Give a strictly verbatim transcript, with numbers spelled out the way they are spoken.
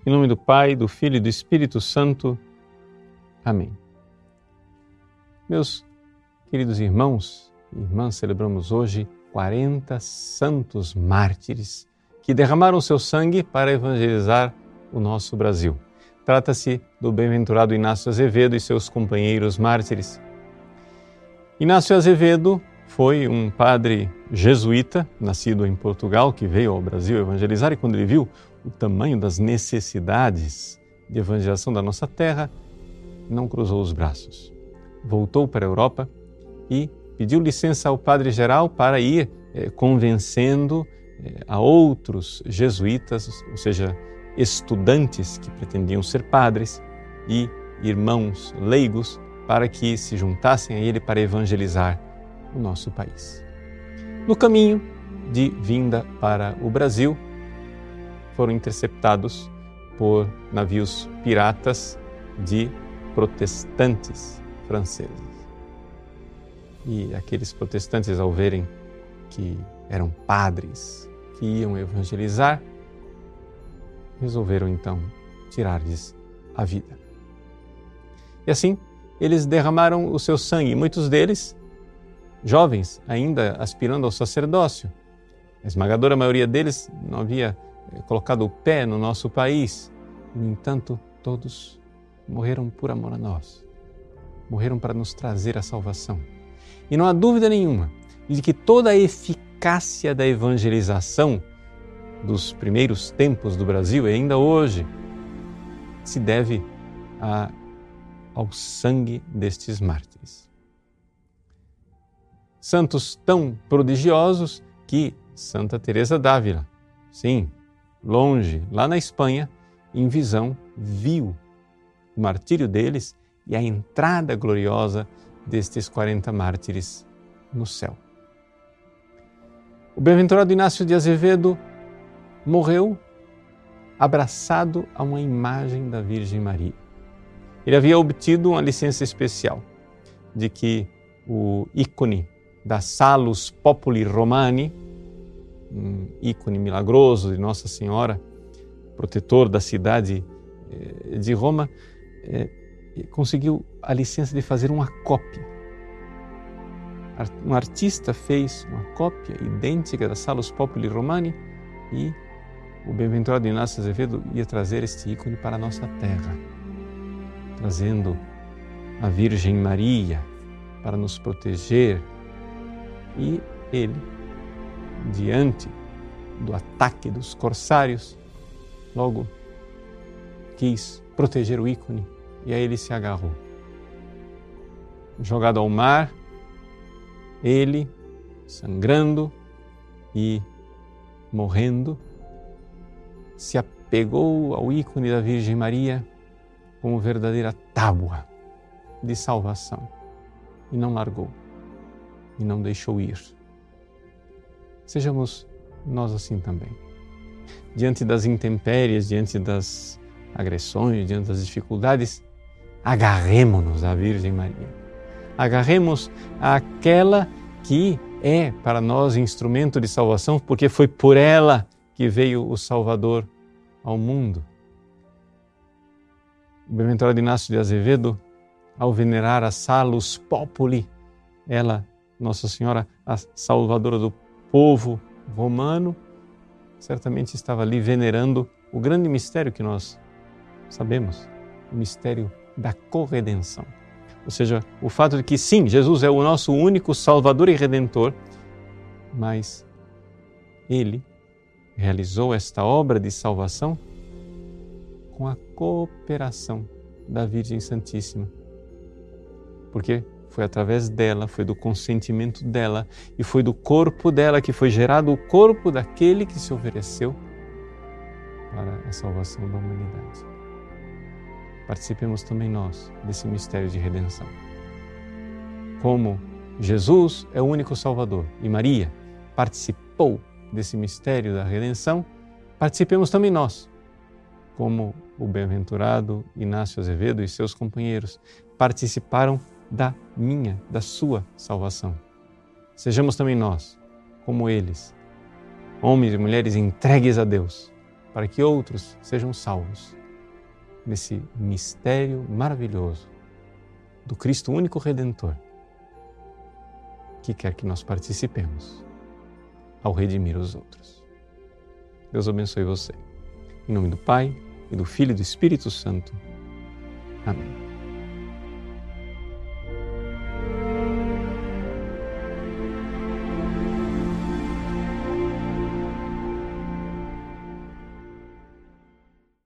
Em nome do Pai, do Filho e do Espírito Santo. Amém. Meus queridos irmãos e irmãs, celebramos hoje quarenta santos mártires que derramaram seu sangue para evangelizar o nosso Brasil. Trata-se do bem-aventurado Inácio Azevedo e seus companheiros mártires. Inácio Azevedo foi um padre jesuíta, nascido em Portugal, que veio ao Brasil evangelizar, e quando ele viu o tamanho das necessidades de evangelização da nossa terra, não cruzou os braços. Voltou para a Europa e pediu licença ao padre-geral para ir eh, convencendo eh, a outros jesuítas, ou seja, estudantes que pretendiam ser padres e irmãos leigos, para que se juntassem a ele para evangelizar o nosso país. No caminho de vinda para o Brasil, foram interceptados por navios piratas de protestantes franceses. E aqueles protestantes, ao verem que eram padres que iam evangelizar, resolveram então tirar-lhes a vida. E assim, eles derramaram o seu sangue, muitos deles jovens, ainda aspirando ao sacerdócio. A esmagadora maioria deles não havia colocado o pé no nosso país. No entanto, todos morreram por amor a nós. Morreram para nos trazer a salvação. E não há dúvida nenhuma de que toda a eficácia da evangelização dos primeiros tempos do Brasil, e ainda hoje, se deve a, ao sangue destes mártires. Santos tão prodigiosos que Santa Teresa d'Ávila, sim, longe, lá na Espanha, em visão, viu o martírio deles e a entrada gloriosa destes quarenta mártires no céu. O bem-aventurado Inácio de Azevedo morreu abraçado a uma imagem da Virgem Maria. Ele havia obtido uma licença especial de que o ícone da Salus Populi Romani, um ícone milagroso de Nossa Senhora, protetor da cidade de Roma, conseguiu a licença de fazer uma cópia. Um artista fez uma cópia idêntica da Salus Populi Romani e o bem-aventurado Inácio Azevedo ia trazer este ícone para a nossa terra, trazendo a Virgem Maria para nos proteger. E ele, diante do ataque dos corsários, logo quis proteger o ícone e a ele se agarrou. Jogado ao mar, ele, sangrando e morrendo, se apegou ao ícone da Virgem Maria como verdadeira tábua de salvação e não largou. E não deixou ir. Sejamos nós assim também. Diante das intempéries, diante das agressões, diante das dificuldades, agarremo-nos à Virgem Maria. Agarremos àquela que é para nós instrumento de salvação, porque foi por ela que veio o Salvador ao mundo. O bem-aventurado Inácio de Azevedo, ao venerar a Salus Populi, ela, Nossa Senhora, a salvadora do povo romano, certamente estava ali venerando o grande mistério que nós sabemos, o mistério da corredenção. Ou seja, o fato de que sim, Jesus é o nosso único Salvador e Redentor, mas Ele realizou esta obra de salvação com a cooperação da Virgem Santíssima. Porque foi através dela, foi do consentimento dela e foi do corpo dela que foi gerado o corpo daquele que se ofereceu para a salvação da humanidade. Participemos também nós desse mistério de redenção. Como Jesus é o único Salvador e Maria participou desse mistério da redenção, participemos também nós, como o bem-aventurado Inácio Azevedo e seus companheiros participaram da minha, da sua salvação. Sejamos também nós, como eles, homens e mulheres entregues a Deus, para que outros sejam salvos nesse mistério maravilhoso do Cristo único Redentor, que quer que nós participemos ao redimir os outros. Deus abençoe você. Em nome do Pai, e do Filho e do Espírito Santo. Amém.